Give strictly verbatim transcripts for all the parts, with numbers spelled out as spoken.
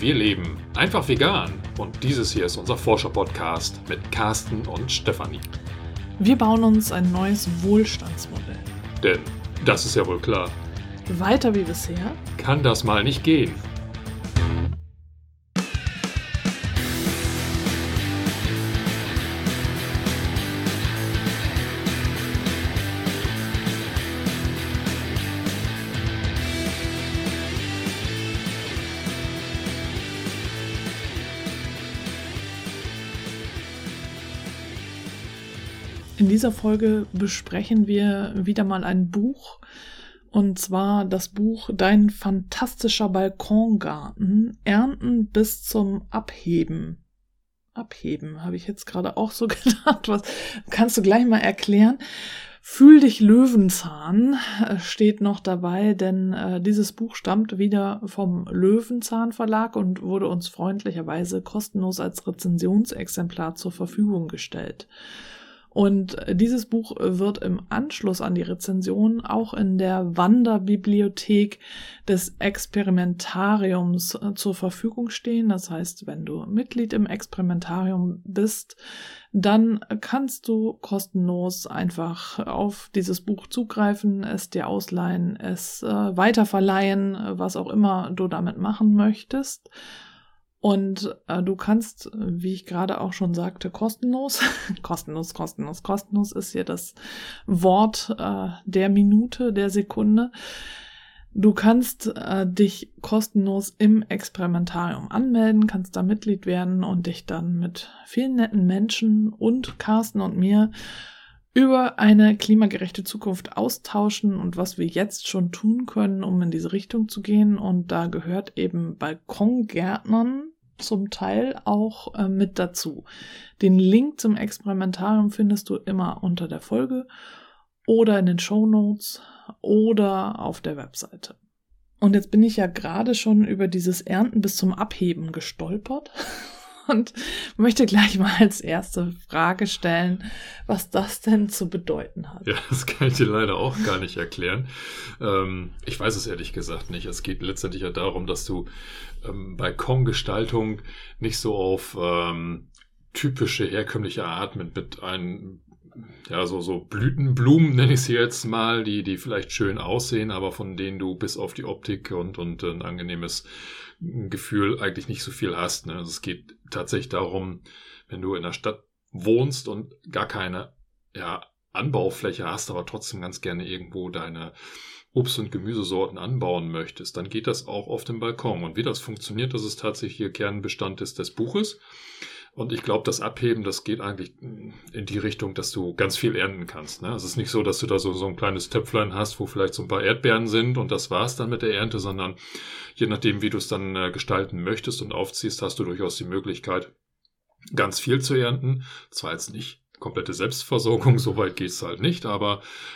Wir leben einfach vegan und dieses hier ist unser Forscher-Podcast mit Carsten und Stefanie. Wir bauen uns ein neues Wohlstandsmodell. Denn, das ist ja wohl klar, weiter wie bisher kann das mal nicht gehen. In dieser Folge besprechen wir wieder mal ein Buch, und zwar das Buch Dein fantastischer Balkongarten, Ernten bis zum Abheben. Abheben, habe ich jetzt gerade auch so gedacht. Was kannst du gleich mal erklären? Fühl dich Löwenzahn steht noch dabei, denn äh, dieses Buch stammt wieder vom Löwenzahn Verlag und wurde uns freundlicherweise kostenlos als Rezensionsexemplar zur Verfügung gestellt. Und dieses Buch wird im Anschluss an die Rezension auch in der Wanderbibliothek des Experimentariums zur Verfügung stehen. Das heißt, wenn du Mitglied im Experimentarium bist, dann kannst du kostenlos einfach auf dieses Buch zugreifen, es dir ausleihen, es äh, weiterverleihen, was auch immer du damit machen möchtest. Und äh, du kannst, wie ich gerade auch schon sagte, kostenlos, kostenlos, kostenlos, kostenlos ist hier das Wort äh, der Minute, der Sekunde. Du kannst äh, dich kostenlos im Experimentarium anmelden, kannst da Mitglied werden und dich dann mit vielen netten Menschen und Carsten und mir über eine klimagerechte Zukunft austauschen und was wir jetzt schon tun können, um in diese Richtung zu gehen. Und da gehört eben Balkongärtnern zum Teil auch äh, mit dazu. Den Link zum Experimentarium findest du immer unter der Folge oder in den Shownotes oder auf der Webseite. Und jetzt bin ich ja gerade schon über dieses Ernten bis zum Abheben gestolpert und möchte gleich mal als erste Frage stellen, was das denn zu bedeuten hat. Ja, das kann ich dir leider auch gar nicht erklären. Ähm, ich weiß es ehrlich gesagt nicht. Es geht letztendlich ja darum, dass du ähm, Balkongestaltung nicht so auf ähm, typische herkömmliche Art mit, mit einem, ja, so, so Blütenblumen, nenne ich sie jetzt mal, die, die vielleicht schön aussehen, aber von denen du bis auf die Optik und, und ein angenehmes Gefühl eigentlich nicht so viel hast. Ne? Also es geht tatsächlich darum, wenn du in der Stadt wohnst und gar keine ja, Anbaufläche hast, aber trotzdem ganz gerne irgendwo deine Obst- und Gemüsesorten anbauen möchtest, dann geht das auch auf dem Balkon. Und wie das funktioniert, das ist tatsächlich hier Kernbestand des, des Buches. Und ich glaube, das Abheben, das geht eigentlich in die Richtung, dass du ganz viel ernten kannst. Ne? Es ist nicht so, dass du da so, so ein kleines Töpflein hast, wo vielleicht so ein paar Erdbeeren sind und das war's dann mit der Ernte, sondern je nachdem, wie du es dann äh, gestalten möchtest und aufziehst, hast du durchaus die Möglichkeit, ganz viel zu ernten. Zwar jetzt nicht komplette Selbstversorgung, so weit geht's halt nicht, aber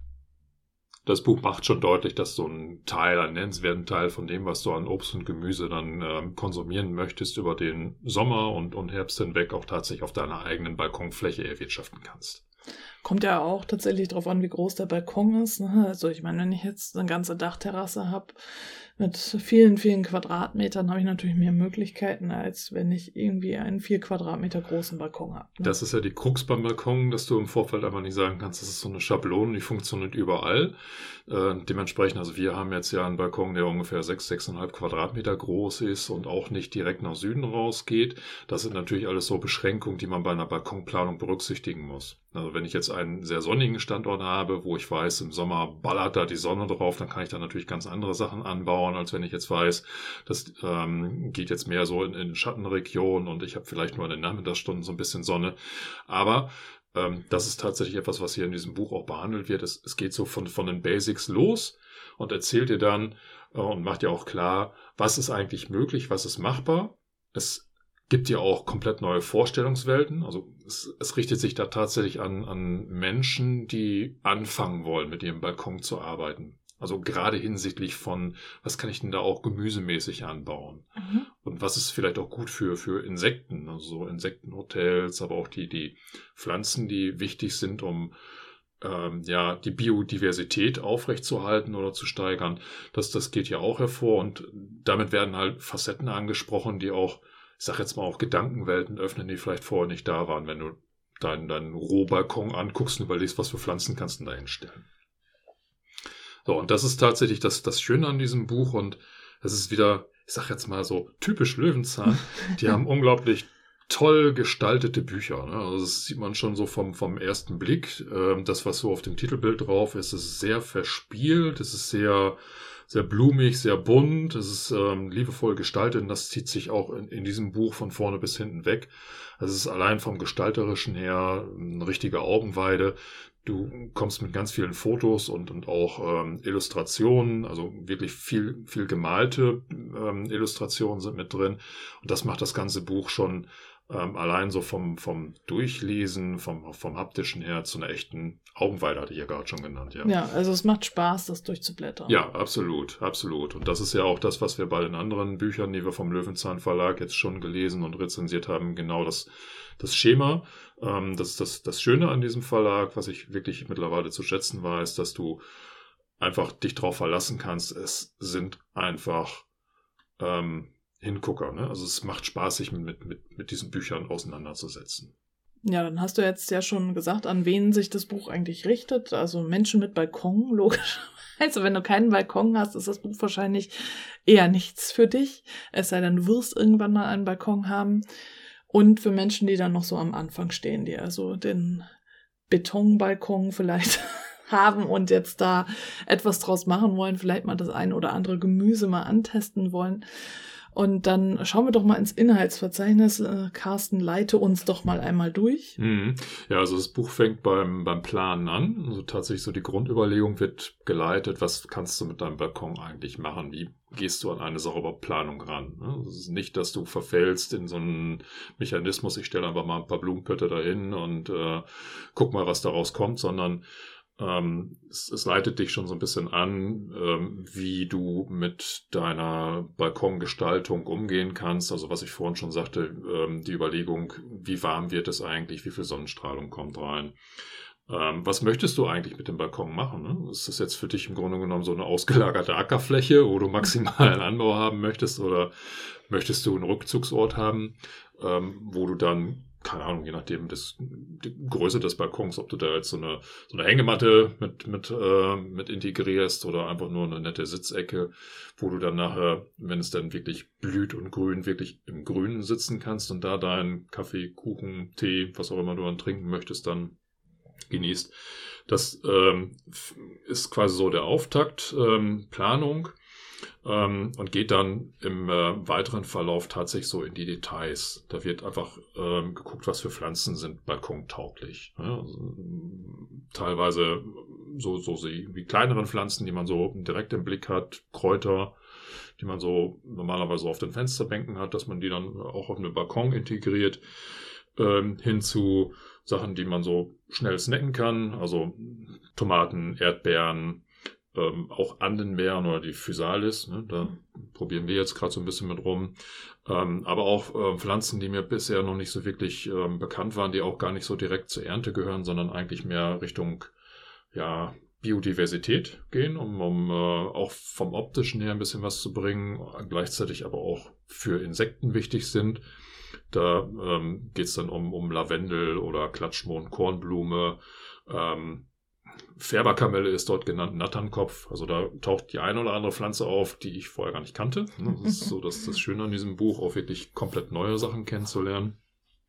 das Buch macht schon deutlich, dass so ein Teil, ein nennenswerten Teil von dem, was du an Obst und Gemüse dann ähm, konsumieren möchtest, über den Sommer und, und Herbst hinweg auch tatsächlich auf deiner eigenen Balkonfläche erwirtschaften kannst. Kommt ja auch tatsächlich darauf an, wie groß der Balkon ist. Ne? Also ich meine, wenn ich jetzt eine ganze Dachterrasse habe mit vielen, vielen Quadratmetern, habe ich natürlich mehr Möglichkeiten, als wenn ich irgendwie einen vier Quadratmeter großen Balkon habe. Ne? Das ist ja die Krux beim Balkon, dass du im Vorfeld einfach nicht sagen kannst, das ist so eine Schablone, die funktioniert überall. Äh, dementsprechend, also wir haben jetzt ja einen Balkon, der ungefähr sechs, sechseinhalb Quadratmeter groß ist und auch nicht direkt nach Süden rausgeht. Das sind natürlich alles so Beschränkungen, die man bei einer Balkonplanung berücksichtigen muss. Also wenn ich jetzt einen sehr sonnigen Standort habe, wo ich weiß, im Sommer ballert da die Sonne drauf, dann kann ich da natürlich ganz andere Sachen anbauen, als wenn ich jetzt weiß, das ähm, geht jetzt mehr so in, in Schattenregionen und ich habe vielleicht nur in den Nachmittagsstunden so ein bisschen Sonne. Aber ähm, das ist tatsächlich etwas, was hier in diesem Buch auch behandelt wird. Es, es geht so von, von den Basics los und erzählt dir dann äh, und macht dir auch klar, was ist eigentlich möglich, was ist machbar. Es gibt ja auch komplett neue Vorstellungswelten. Also es, es richtet sich da tatsächlich an, an Menschen, die anfangen wollen, mit ihrem Balkon zu arbeiten. Also gerade hinsichtlich von, was kann ich denn da auch gemüsemäßig anbauen? Mhm. Und was ist vielleicht auch gut für, für Insekten, also so Insektenhotels, aber auch die, die Pflanzen, die wichtig sind, um ähm, ja, die Biodiversität aufrechtzuerhalten oder zu steigern. Das, das geht ja auch hervor und damit werden halt Facetten angesprochen, die auch, ich sag jetzt mal, auch Gedankenwelten öffnen, die vielleicht vorher nicht da waren, wenn du deinen, deinen Rohbalkon anguckst und überlegst, was für Pflanzen kannst du da hinstellen. So, und das ist tatsächlich das, das Schöne an diesem Buch und es ist wieder, ich sag jetzt mal so, typisch Löwenzahn. Die haben unglaublich toll gestaltete Bücher. Ne? Also das sieht man schon so vom, vom ersten Blick. Ähm, das, was so auf dem Titelbild drauf ist, ist sehr verspielt. Es ist sehr, sehr blumig, sehr bunt. Es ist ähm, liebevoll gestaltet und das zieht sich auch in, in diesem Buch von vorne bis hinten weg. Also es ist allein vom Gestalterischen her eine richtige Augenweide. Du kommst mit ganz vielen Fotos und, und auch ähm, Illustrationen, also wirklich viel, viel gemalte ähm, Illustrationen sind mit drin. Und das macht das ganze Buch schon ähm, allein so vom, vom Durchlesen, vom, vom haptischen her zu einer echten Augenweide, hatte ich ja gerade schon genannt. Ja. Ja, also es macht Spaß, das durchzublättern. Ja, absolut, absolut. Und das ist ja auch das, was wir bei den anderen Büchern, die wir vom Löwenzahn Verlag jetzt schon gelesen und rezensiert haben, genau das, das Schema. Ähm, das, das, das Schöne an diesem Verlag, was ich wirklich mittlerweile zu schätzen weiß, dass du einfach dich drauf verlassen kannst. Es sind einfach ähm, Hingucker. Ne? Also es macht Spaß, sich mit, mit, mit diesen Büchern auseinanderzusetzen. Ja, dann hast du jetzt ja schon gesagt, an wen sich das Buch eigentlich richtet. Also Menschen mit Balkon, logischerweise. Also wenn du keinen Balkon hast, ist das Buch wahrscheinlich eher nichts für dich. Es sei denn, du wirst irgendwann mal einen Balkon haben. Und für Menschen, die dann noch so am Anfang stehen, die also den Betonbalkon vielleicht haben und jetzt da etwas draus machen wollen, vielleicht mal das ein oder andere Gemüse mal antesten wollen. Und dann schauen wir doch mal ins Inhaltsverzeichnis. Carsten, leite uns doch mal einmal durch. Mhm. Ja, also das Buch fängt beim, beim Planen an. Also tatsächlich so die Grundüberlegung wird geleitet. Was kannst du mit deinem Balkon eigentlich machen? Wie gehst du an eine saubere Planung ran? Es ist nicht, dass du verfällst in so einen Mechanismus, ich stelle einfach mal ein paar Blumenpötte dahin und äh, guck mal, was daraus kommt, sondern Ähm, es, es leitet dich schon so ein bisschen an, ähm, wie du mit deiner Balkongestaltung umgehen kannst. Also was ich vorhin schon sagte, ähm, die Überlegung, wie warm wird es eigentlich, wie viel Sonnenstrahlung kommt rein. Ähm, was möchtest du eigentlich mit dem Balkon machen? Ne? Ist das jetzt für dich im Grunde genommen so eine ausgelagerte Ackerfläche, wo du maximalen Anbau haben möchtest? Oder möchtest du einen Rückzugsort haben, ähm, wo du dann, keine Ahnung, je nachdem das, die Größe des Balkons, ob du da jetzt so eine, so eine Hängematte mit, mit, äh, mit integrierst oder einfach nur eine nette Sitzecke, wo du dann nachher, wenn es dann wirklich blüht und grün, wirklich im Grünen sitzen kannst und da deinen Kaffee, Kuchen, Tee, was auch immer du dann trinken möchtest, dann genießt. Das ähm, ist quasi so der Auftakt, ähm, Planung. Ähm, und geht dann im äh, weiteren Verlauf tatsächlich so in die Details. Da wird einfach ähm, geguckt, was für Pflanzen sind balkontauglich. Ja, also, teilweise so, so wie kleineren Pflanzen, die man so direkt im Blick hat, Kräuter, die man so normalerweise auf den Fensterbänken hat, dass man die dann auch auf einen Balkon integriert, ähm, hin zu Sachen, die man so schnell snacken kann, also Tomaten, Erdbeeren, Ähm, auch Andenbeeren oder die Physalis, ne, da probieren wir jetzt gerade so ein bisschen mit rum. Ähm, aber auch äh, Pflanzen, die mir bisher noch nicht so wirklich ähm, bekannt waren, die auch gar nicht so direkt zur Ernte gehören, sondern eigentlich mehr Richtung ja, Biodiversität gehen, um, um äh, auch vom Optischen her ein bisschen was zu bringen, gleichzeitig aber auch für Insekten wichtig sind. Da ähm, geht es dann um, um Lavendel oder Klatschmohn, Kornblume, ähm, Färberkamelle ist dort genannt, Natternkopf. Also da taucht die eine oder andere Pflanze auf, die ich vorher gar nicht kannte. Das ist so das, das Schöne an diesem Buch, auch wirklich komplett neue Sachen kennenzulernen.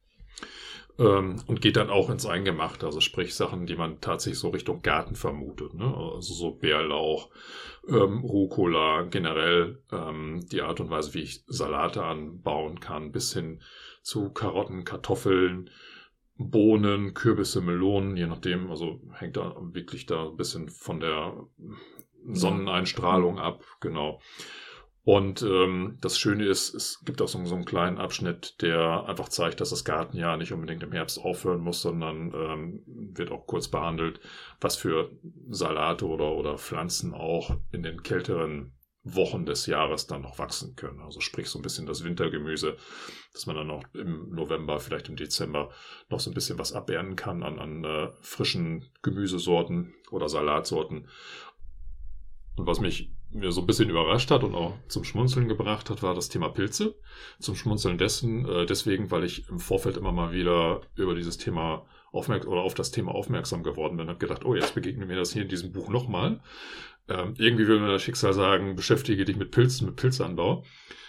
Ähm, und geht dann auch ins Eingemachte, also sprich Sachen, die man tatsächlich so Richtung Garten vermutet. Ne? Also so Bärlauch, ähm, Rucola, generell ähm, die Art und Weise, wie ich Salate anbauen kann, bis hin zu Karotten, Kartoffeln, Bohnen, Kürbisse, Melonen, je nachdem, also hängt da wirklich da ein bisschen von der Sonneneinstrahlung ab, genau. Und ähm, das Schöne ist, es gibt auch so, so einen kleinen Abschnitt, der einfach zeigt, dass das Gartenjahr nicht unbedingt im Herbst aufhören muss, sondern ähm, wird auch kurz behandelt, was für Salate oder, oder Pflanzen auch in den kälteren Wochen des Jahres dann noch wachsen können. Also sprich so ein bisschen das Wintergemüse, dass man dann noch im November, vielleicht im Dezember noch so ein bisschen was abernten kann an, an äh, frischen Gemüsesorten oder Salatsorten. Und was mich mir so ein bisschen überrascht hat und auch zum Schmunzeln gebracht hat, war das Thema Pilze. Zum Schmunzeln dessen, äh, deswegen, weil ich im Vorfeld immer mal wieder über dieses Thema aufmerk- oder auf das Thema aufmerksam geworden bin und habe gedacht, oh, jetzt begegnet mir das hier in diesem Buch nochmal. Ähm, irgendwie will mir das Schicksal sagen, beschäftige dich mit Pilzen, mit Pilzanbau.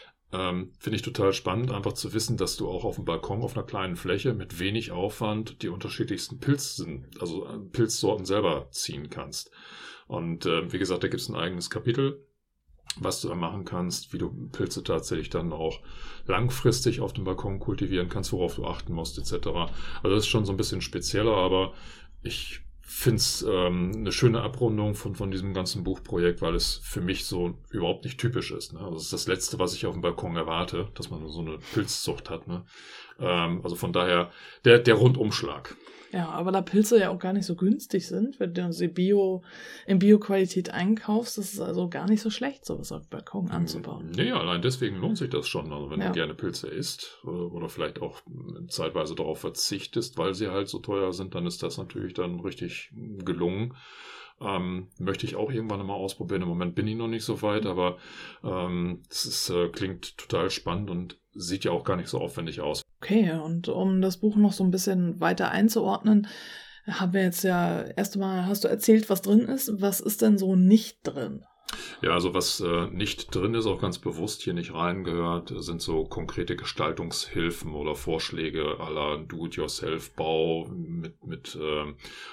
Ähm, finde ich total spannend, einfach zu wissen, dass du auch auf dem Balkon auf einer kleinen Fläche mit wenig Aufwand die unterschiedlichsten Pilzen, also Pilzsorten selber ziehen kannst. Und äh, wie gesagt, da gibt es ein eigenes Kapitel, was du da machen kannst, wie du Pilze tatsächlich dann auch langfristig auf dem Balkon kultivieren kannst, worauf du achten musst, et cetera. Also das ist schon so ein bisschen spezieller, aber ich finde es ähm, eine schöne Abrundung von, von diesem ganzen Buchprojekt, weil es für mich so überhaupt nicht typisch ist. Ne? Das ist das Letzte, was ich auf dem Balkon erwarte, dass man so eine Pilzzucht hat. Ne? Ähm, also von daher der, der Rundumschlag. Ja, aber da Pilze ja auch gar nicht so günstig sind, wenn du sie Bio, in Bio-Qualität einkaufst, ist es also gar nicht so schlecht, sowas auf dem Balkon anzubauen. Nee, allein deswegen lohnt sich das schon. Also wenn Ja. du gerne Pilze isst oder vielleicht auch zeitweise darauf verzichtest, weil sie halt so teuer sind, dann ist das natürlich dann richtig gelungen. Ähm, möchte ich auch irgendwann mal ausprobieren. Im Moment bin ich noch nicht so weit, aber ähm, es ist, äh, klingt total spannend und sieht ja auch gar nicht so aufwendig aus. Okay, und um das Buch noch so ein bisschen weiter einzuordnen, haben wir jetzt ja erst einmal, hast du erzählt, was drin ist. Was ist denn so nicht drin? Ja, also was äh, nicht drin ist, auch ganz bewusst hier nicht reingehört, sind so konkrete Gestaltungshilfen oder Vorschläge à la Do-it-yourself-Bau mit, mit ähm,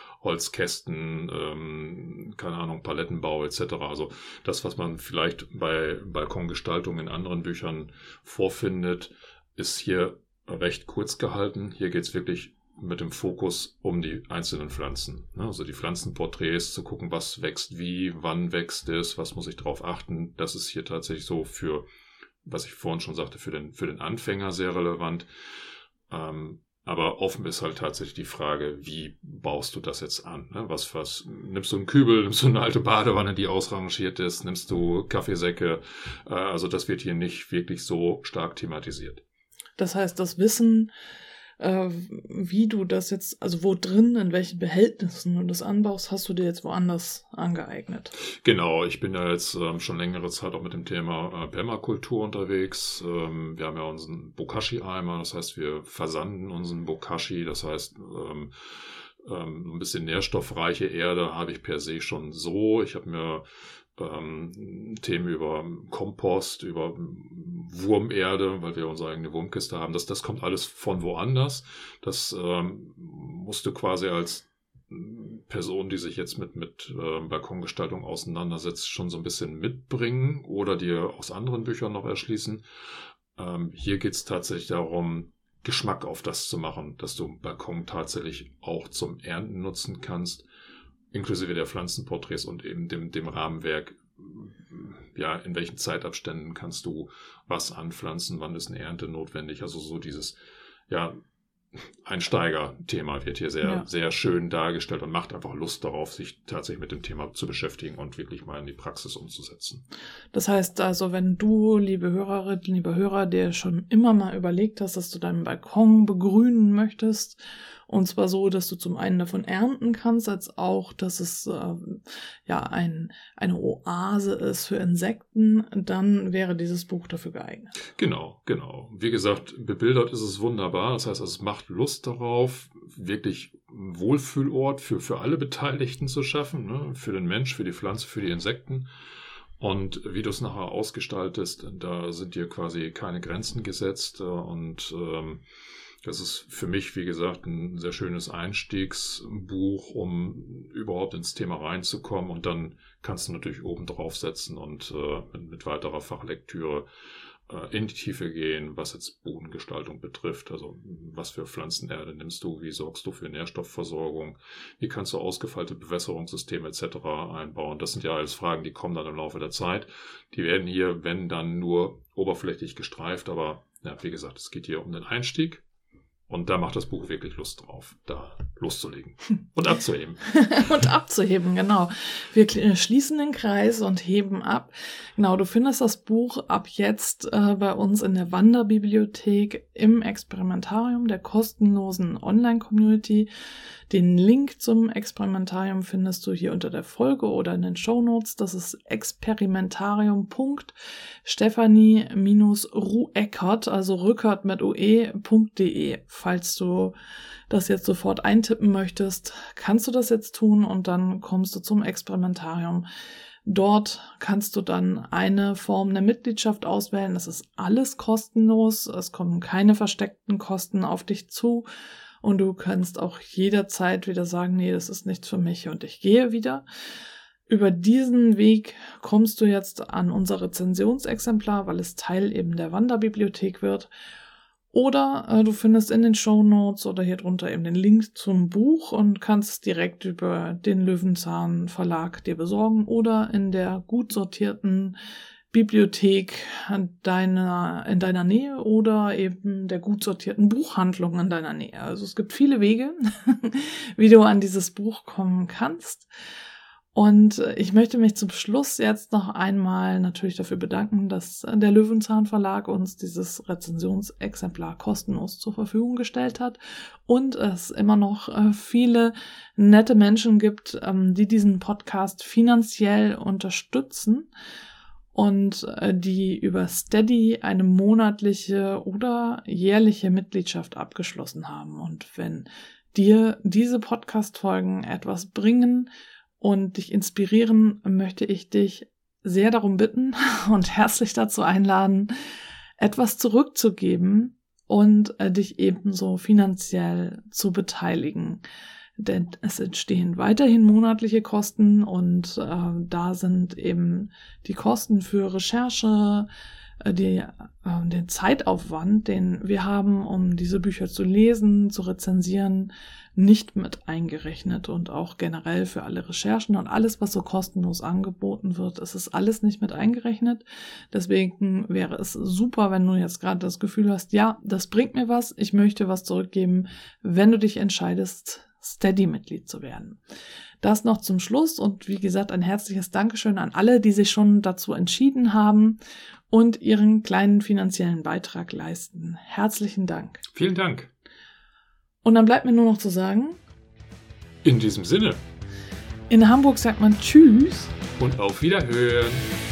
Holzkästen, ähm, keine Ahnung, Palettenbau et cetera. Also das, was man vielleicht bei Balkongestaltung in anderen Büchern vorfindet, ist hier recht kurz gehalten. Hier geht es wirklich mit dem Fokus um die einzelnen Pflanzen. Also die Pflanzenporträts, zu gucken, was wächst wie, wann wächst es, was muss ich darauf achten. Das ist hier tatsächlich so für, was ich vorhin schon sagte, für den, für den Anfänger sehr relevant. Ähm, aber offen ist halt tatsächlich die Frage, wie baust du das jetzt an? Was, was, nimmst du einen Kübel, nimmst du eine alte Badewanne, die ausrangiert ist, nimmst du Kaffeesäcke? Also das wird hier nicht wirklich so stark thematisiert. Das heißt, das Wissen, äh, wie du das jetzt, also wo drin, in welchen Behältnissen du das anbaust, hast du dir jetzt woanders angeeignet. Genau, ich bin ja jetzt ähm, schon längere Zeit auch mit dem Thema äh, Permakultur unterwegs. Ähm, wir haben ja unseren Bokashi-Eimer, das heißt, wir versanden unseren Bokashi, das heißt, ähm, ähm, ein bisschen nährstoffreiche Erde habe ich per se schon so. Ich habe mir Ähm, Themen über Kompost, über Wurmerde, weil wir unsere eigene Wurmkiste haben. Das, das kommt alles von woanders. Das ähm, musst du quasi als Person, die sich jetzt mit, mit äh, Balkongestaltung auseinandersetzt, schon so ein bisschen mitbringen oder dir aus anderen Büchern noch erschließen. Ähm, hier geht es tatsächlich darum, Geschmack auf das zu machen, dass du Balkon tatsächlich auch zum Ernten nutzen kannst, inklusive der Pflanzenporträts und eben dem, dem Rahmenwerk, ja, in welchen Zeitabständen kannst du was anpflanzen, wann ist eine Ernte notwendig, also so dieses, ja, Einsteiger-Thema wird hier sehr, ja. sehr schön dargestellt und macht einfach Lust darauf, sich tatsächlich mit dem Thema zu beschäftigen und wirklich mal in die Praxis umzusetzen. Das heißt also, wenn du, liebe Hörerin, lieber Hörer, dir schon immer mal überlegt hast, dass du deinen Balkon begrünen möchtest, und zwar so, dass du zum einen davon ernten kannst, als auch, dass es äh, ja ein, eine Oase ist für Insekten, dann wäre dieses Buch dafür geeignet. Genau, genau. Wie gesagt, bebildert ist es wunderbar. Das heißt, es macht Lust darauf, wirklich einen Wohlfühlort für, für alle Beteiligten zu schaffen, ne? Für den Mensch, für die Pflanze, für die Insekten. Und wie du es nachher ausgestaltest, da sind dir quasi keine Grenzen gesetzt. Und ähm, das ist für mich, wie gesagt, ein sehr schönes Einstiegsbuch, um überhaupt ins Thema reinzukommen. Und dann kannst du natürlich oben draufsetzen und äh, mit, mit weiterer Fachlektüre äh, in die Tiefe gehen, was jetzt Bodengestaltung betrifft. Also was für Pflanzenerde nimmst du, wie sorgst du für Nährstoffversorgung, wie kannst du ausgefeilte Bewässerungssysteme et cetera einbauen. Das sind ja alles Fragen, die kommen dann im Laufe der Zeit. Die werden hier, wenn dann, nur oberflächlich gestreift. Aber ja, wie gesagt, es geht hier um den Einstieg. Und da macht das Buch wirklich Lust drauf, da loszulegen und abzuheben. Und abzuheben, genau. Wir schließen den Kreis und heben ab. Genau, du findest das Buch ab jetzt äh, bei uns in der Wanderbibliothek im Experimentarium, der kostenlosen Online-Community. Den Link zum Experimentarium findest du hier unter der Folge oder in den Shownotes. Das ist experimentarium punkt stephanie rueckert, also Rückert mit ue.de. Falls du das jetzt sofort eintippen möchtest, kannst du das jetzt tun und dann kommst du zum Experimentarium. Dort kannst du dann eine Form der Mitgliedschaft auswählen. Das ist alles kostenlos. Es kommen keine versteckten Kosten auf dich zu. Und du kannst auch jederzeit wieder sagen, nee, das ist nichts für mich und ich gehe wieder. Über diesen Weg kommst du jetzt an unser Rezensionsexemplar, weil es Teil eben der Wanderbibliothek wird. Oder äh, du findest in den Shownotes oder hier drunter eben den Link zum Buch und kannst es direkt über den Löwenzahn Verlag dir besorgen oder in der gut sortierten Bibliothek deiner, in deiner Nähe oder eben der gut sortierten Buchhandlung in deiner Nähe. Also es gibt viele Wege, wie du an dieses Buch kommen kannst. Und ich möchte mich zum Schluss jetzt noch einmal natürlich dafür bedanken, dass der Löwenzahn Verlag uns dieses Rezensionsexemplar kostenlos zur Verfügung gestellt hat und es immer noch viele nette Menschen gibt, die diesen Podcast finanziell unterstützen und die über Steady eine monatliche oder jährliche Mitgliedschaft abgeschlossen haben. Und wenn dir diese Podcast-Folgen etwas bringen und dich inspirieren, möchte ich dich sehr darum bitten und herzlich dazu einladen, etwas zurückzugeben und dich ebenso finanziell zu beteiligen. Denn es entstehen weiterhin monatliche Kosten und äh, da sind eben die Kosten für Recherche, äh, die, äh, den Zeitaufwand, den wir haben, um diese Bücher zu lesen, zu rezensieren, nicht mit eingerechnet. Und auch generell für alle Recherchen und alles, was so kostenlos angeboten wird, ist es alles nicht mit eingerechnet. Deswegen wäre es super, wenn du jetzt gerade das Gefühl hast, ja, das bringt mir was, ich möchte was zurückgeben, wenn du dich entscheidest, Steady-Mitglied zu werden. Das noch zum Schluss und wie gesagt ein herzliches Dankeschön an alle, die sich schon dazu entschieden haben und ihren kleinen finanziellen Beitrag leisten. Herzlichen Dank. Vielen Dank. Und dann bleibt mir nur noch zu sagen, in diesem Sinne. In Hamburg sagt man Tschüss. Und auf Wiederhören.